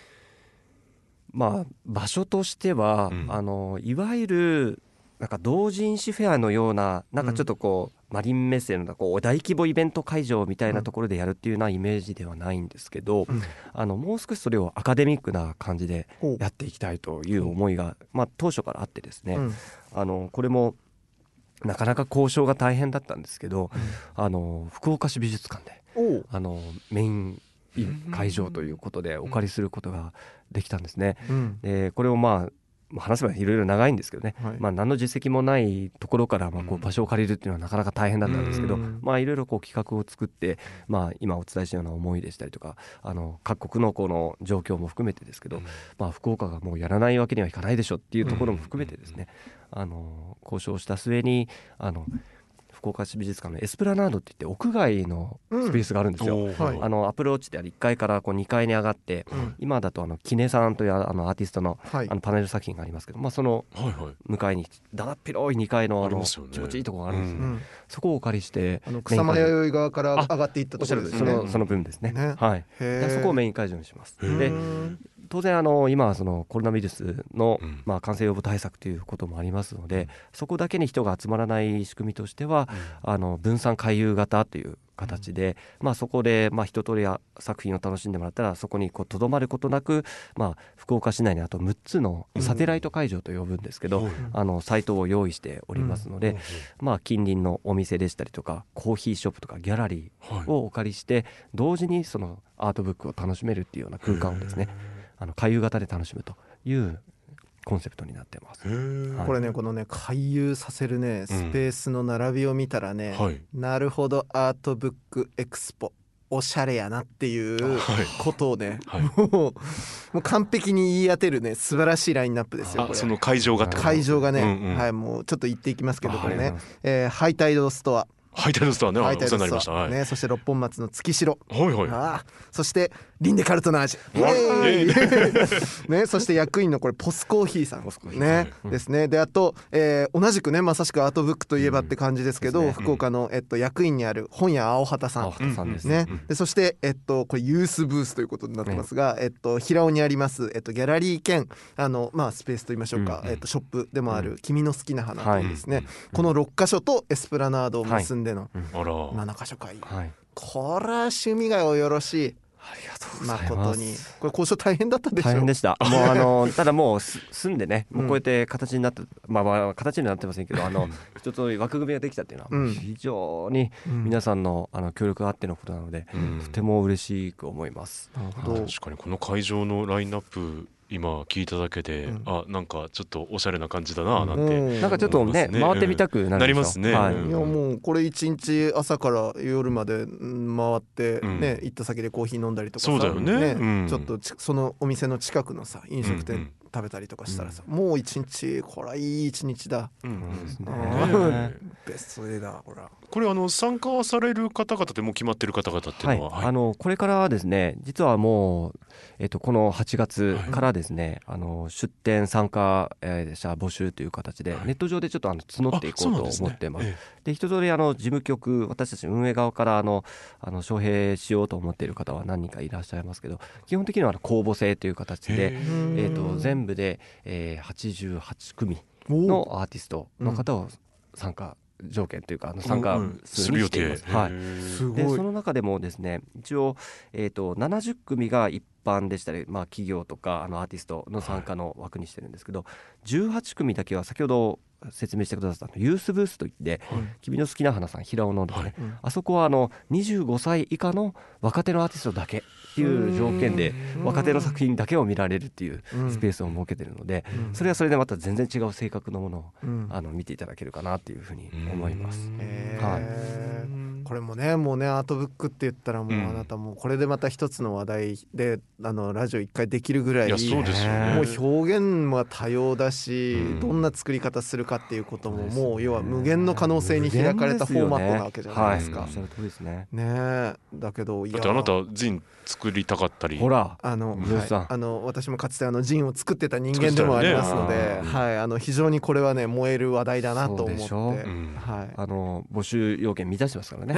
まあ、場所としては、うん、あのいわゆるなんか同人誌フェアのような、なんかちょっとこう、うん、マリンメッセのこう大規模イベント会場みたいなところでやるっていうようなイメージではないんですけど、うん、あのもう少しそれをアカデミックな感じでやっていきたいという思いが、まあ、当初からあってですね、うん、あのこれもなかなか交渉が大変だったんですけど、うん、あの福岡市美術館であのメイン会場ということでお借りすることができたんですね、うん、でこれをまあ話せばいろいろ長いんですけどね、はいまあ、何の実績もないところからまあこう場所を借りるっていうのはなかなか大変だったんですけど、うんまあ、いろいろこう企画を作って、まあ、今お伝えしたような思いでしたりとか、あの各国のこの状況も含めてですけど、まあ、福岡がもうやらないわけにはいかないでしょっていうところも含めてですね、あの交渉した末にあの福岡市美術館のエスプラナードっていって屋外のスペースがあるんですよ、うんはい、あのアプローチであるいっかいからこうにかいに上がって、うん、今だとあのキネさんというあのアーティスト の,、はい、あのパネル作品がありますけど、まあ、その向かいにだだっ広いにかい の, あの気持ちいいところがあるんですよね、うん、そこをお借りしてあの草間弥生側から上がっていったところですね。 その、その分ですね、ね、はい、そこをメイン会場にします。で当然あの今はそのコロナウイルスの、うんまあ、感染予防対策ということもありますので、うん、そこだけに人が集まらない仕組みとしては、うん、あの分散回遊型という形で、うんまあ、そこでまあ一通り作品を楽しんでもらったらそこにとどまることなく、まあ、福岡市内にあとむっつのサテライト会場と呼ぶんですけど、うん、あのサイトを用意しておりますので、うんまあ、近隣のお店でしたりとかコーヒーショップとかギャラリーをお借りして、はい、同時にそのアートブックを楽しめるっていうような空間をですねあの回遊型で楽しむというコンセプトになってます。 はい、これねこのね回遊させるねスペースの並びを見たらね、うんはい、なるほどアートブックエクスポおしゃれやなっていうことをね、はい、もう、もう完璧に言い当てるね素晴らしいラインナップですよ。これその会場が会場がね、うんうん、はいもうちょっと言っていきますけどこれね、えー、ハイタイドストアハイタイドストアね、お世話になりました、 はいね、そして六本松の月城、 はいはい、 あそしてリンデカルトナージュ、ね、そして役員のこれポスコーヒーさん、ねはい、ですね。であと、えー、同じくねまさしくアートブックといえばって感じですけど、うんね、福岡の、えっと、役員にある本屋青畑さん、青畑さんですね、うん、でそして、えっと、これユースブースということになってますが、うんえっと、平尾にあります、えっと、ギャラリー兼あの、まあ、スペースといいましょうか、うんえっと、ショップでもある、うん、君の好きな花というですね、はい、このろっかしょとエスプラナードを結んでの、はいななかしょ会、はい、これは趣味がおよろしい。 ありがとうございます。 誠にこれ交渉大変だったでしょ。 大変でした。もうあのただもう住んでね、もうこうやって形になって、うん、まあまあ形になってませんけど、あの一つの枠組みができたっていうのは非常に皆さんのあの協力があってのことなので、うん、とても嬉しく思います。 なるほど。確かにこの会場のラインナップ今聞いただけで、うん、あなんかちょっっとおしゃれな感じだななんて、 うん、なんかちょっとね回ってみたくなるでしょ、うん、なりますね、 はい、 いやもうこれ一日朝から夜まで回ってね、うん、行った先でコーヒー飲んだりとかさ、 そうだよね、ねうん、ちょっとそのお店の近くのさ飲食店、うんうん食べたりとかしたらさ、うん、もう一日これはいい一日だ、うんうんね、ベストデーだこれは。 これあの参加される方々でも決まってる方々っていうのは、 はいはい、あのこれからですね実はもう、えっと、このはちがつからですね、はい、あの出展参加者募集という形で、はい、ネット上でちょっとあの募っていこうと思ってます。で、ねええ、一通りあの事務局私たち運営側からあのあの招聘しようと思っている方は何人かいらっしゃいますけど基本的には公募制という形で、えっと全部全部で、えー、はちじゅうはちくみのアーティストの方を参加条件というかあの参加数にしています。はい、すごい。でその中でもですね一応、えー、とななじゅっくみが一般でしたり、まあ、企業とかあのアーティストの参加の枠にしてるんですけど、はい、じゅうはちくみだけは先ほど説明してくださったユースブースといって、はい、君の好きな花さん平尾のですね、はい、あそこはあのにじゅうごさい以下の若手のアーティストだけっていう条件で若手の作品だけを見られるっていうスペースを設けてるので、うん、それはそれでまた全然違う性格のものを、うん、あの見ていただけるかなっていうふうに思います。はい、 これもねもうねアートブックって言ったらもうあなたもうこれでまた一つの話題であのラジオ一回できるぐらい、いやそうですよね、もう表現は多様だし、うん、どんな作り方するかっていうことももう要は無限の可能性に開かれたフォーマットなわけじゃないですか。 その通りですね。 ねだけどいやだってあなたジン作りたかったりほらあの、はい、あの私もかつてあのジンを作ってた人間でもありますので、ねはい、あの非常にこれはね燃える話題だなと思って、うんはい、 あの募集要件満たしてますからね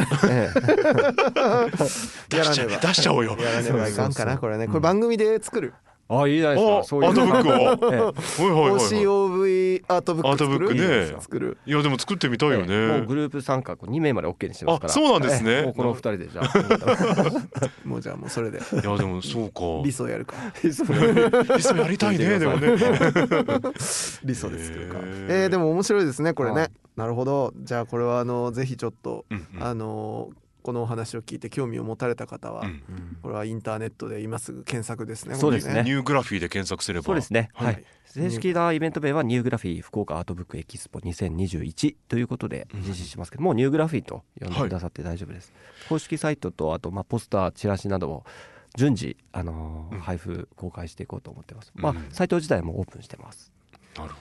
やらねば出しちゃおうよやらねばいかんかなこれねこれ番組で作るあいいじゃないですか。そういうアートブックを、ええ、 オーシーオーブイ アートブックアートブックね作る。 いやでも作ってみたいよね、ええ、もうグループ参加にめいまで OK にしてますから。 あそうなんですね、 ええ、もうこのふたりでじゃあもうじゃあもうそれでいやでもそうか理想やるか理想やりたいねでもね理想ですけどかえー、でも面白いですねこれね。なるほど。じゃあこれはあのぜひちょっと、うんうん、あのこのお話を聞いて興味を持たれた方は、うん、これはインターネットで今すぐ検索ですね。 そうですね。 ニューグラフィーで検索すれば。 そうですね。はい。はい、正式なイベント名はニューグラフィー福岡アートブックエキスポにせんにじゅういちということで実施しますけど、うん、もうニューグラフィーと呼んでくださって大丈夫です。はい、公式サイトとあとまあポスターチラシなどを順次あのーうん、配布公開していこうと思ってます。うん、まあサイト自体もオープンしてます。 なるほど。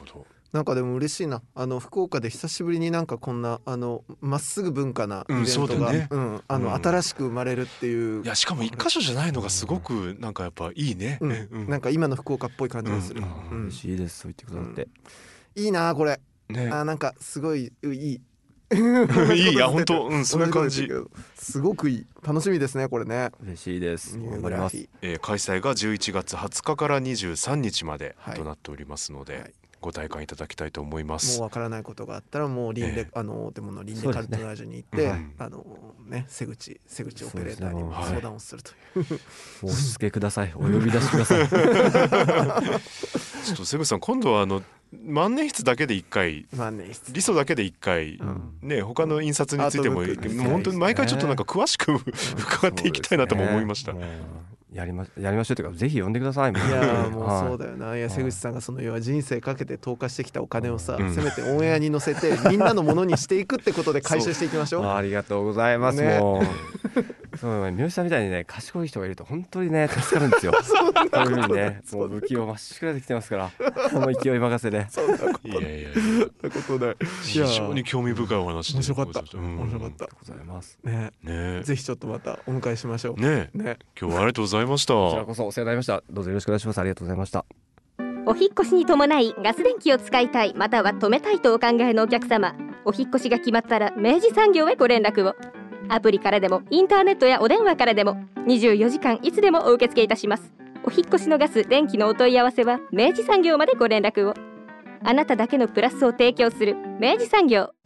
なんかでも嬉しいな。あの福岡で久しぶりになんかこんなあのまっすぐ文化なイベントが、うんねうん、あの、うん、新しく生まれるっていう。 いやしかも一箇所じゃないのがすごくなんかやっぱいいね、 うんうん、なんか今の福岡っぽい感じがする、 うんうん、嬉しいです。そう言ってくださって、 うん、いいなこれ、ね、あなんかすごいいいいいや本当、うん、そういう感じすごくいい。楽しみですねこれね。 嬉しいです。 頑張ります、 えー、開催がじゅういちがつはつかからにじゅうさんにちまでとなっておりますので、はいはい、ご体感いただきたいと思います。 もうわからないことがあったらもうリンデ、えー、あのでものリンデカルトラージュに行って、ねうん、あのね瀬口瀬口オペレーターにも相談をするという、 はい、お押し付けください。お呼び出しください。 ちょっと瀬口さん今度はあの万年筆だけでいっかい、リソだけでいっかい、うん、ね他の印刷についても、うん、もう本当に毎回ちょっとなんか詳しく伺っていきたいなとも思いました。 やりまやりましょうというかぜひ呼んでください。 いやもうそうだよな、はい、いや瀬口さんがその要は人生かけて投下してきたお金をさ、うん、せめてオンエアに乗せてみんなのものにしていくってことで回収していきましょう。 ありがとうございます、ね、もうそう三好さんみたいにね賢い人がいると本当にね助かるんですよ。そういうふうにねもう不器用まっしぐらできてますからこの勢い任せで。 そんなこといやいやいやことで非常に興味深いお話で面白かった、うん、面白かった。ありがとうございますね。ねぜひちょっとまたお迎えしましょうね。ね今日はありがとうございました。 こちらこそお世話になりました。どうぞよろしくお願いします。ありがとうございました。 お引越しに伴いガス電気を使いたいまたは止めたいとお考えのお客様、お引越しが決まったら明治産業へご連絡を。アプリからでもインターネットやお電話からでもにじゅうよじかんいつでもお受け付けいたします。お引越しのガス電気のお問い合わせは明治産業までご連絡を。あなただけのプラスを提供する明治産業。